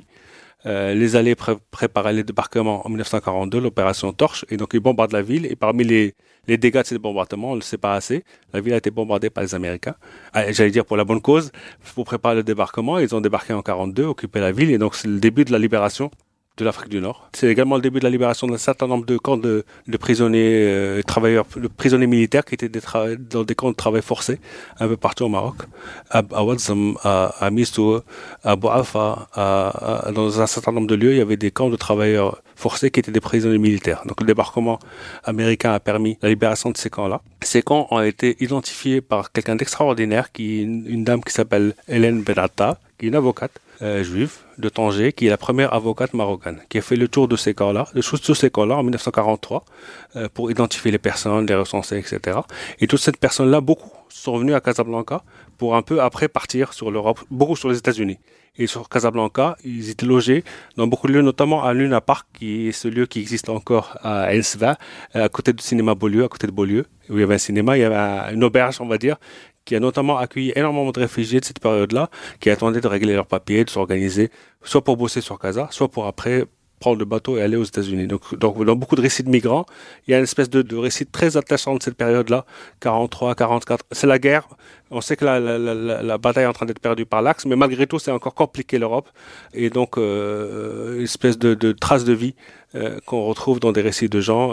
Les Alliés préparaient les débarquements en 1942, l'opération Torche, et donc ils bombardent la ville, et parmi les dégâts de ces bombardements, on ne le sait pas assez, la ville a été bombardée par les Américains, j'allais dire pour la bonne cause, pour préparer le débarquement. Ils ont débarqué en 1942, occupé la ville, et donc c'est le début de la libération de l'Afrique du Nord. C'est également le début de la libération d'un certain nombre de camps de prisonniers de prisonniers militaires qui étaient dans des camps de travail forcés un peu partout au Maroc. À Ouazzam, à Missou, à Bouafa, dans un certain nombre de lieux, il y avait des camps de travailleurs forcés qui étaient des prisonniers militaires. Donc le débarquement américain a permis la libération de ces camps-là. Ces camps ont été identifiés par quelqu'un d'extraordinaire, qui est une dame qui s'appelle Hélène Benatta, qui est une avocate juive de Tanger, qui est la première avocate marocaine, qui a fait le tour de ces camps-là, en 1943, pour identifier les personnes, les recenser, etc. Et toutes ces personnes-là, beaucoup sont venues à Casablanca pour un peu après partir sur l'Europe, beaucoup sur les États-Unis. Et sur Casablanca, ils étaient logés dans beaucoup de lieux, notamment à Luna Park, qui est ce lieu qui existe encore à Ensva, à côté du cinéma Beaulieu, à côté de Beaulieu, où il y avait un cinéma, il y avait une auberge, on va dire, qui a notamment accueilli énormément de réfugiés de cette période-là, qui attendaient de régler leurs papiers, de s'organiser, soit pour bosser sur Casa, soit pour après prendre le bateau et aller aux États-Unis. Donc dans beaucoup de récits de migrants, il y a une espèce de récit très attachant de cette période-là, 43, 44. C'est la guerre. On sait que la bataille est en train d'être perdue par l'Axe, mais malgré tout, c'est encore compliqué l'Europe. Et donc, une espèce de trace de vie qu'on retrouve dans des récits de gens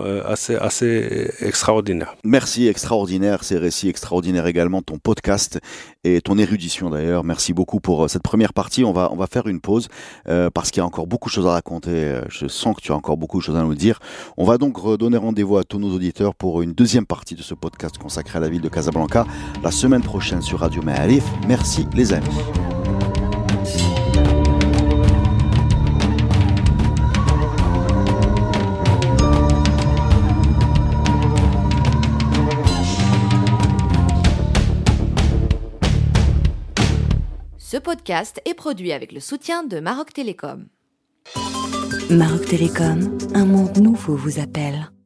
assez extraordinaires. Merci, extraordinaire, ces récits extraordinaires également, ton podcast et ton érudition d'ailleurs. Merci beaucoup pour cette première partie. On va faire une pause parce qu'il y a encore beaucoup de choses à raconter. Je sens que tu as encore beaucoup de choses à nous dire. On va donc redonner rendez-vous à tous nos auditeurs pour une deuxième partie de ce podcast consacré à la ville de Casablanca la semaine prochaine sur Radio Ma'arif. Merci les amis. Ce podcast est produit avec le soutien de Maroc Télécom. Maroc Télécom, un monde nouveau vous appelle.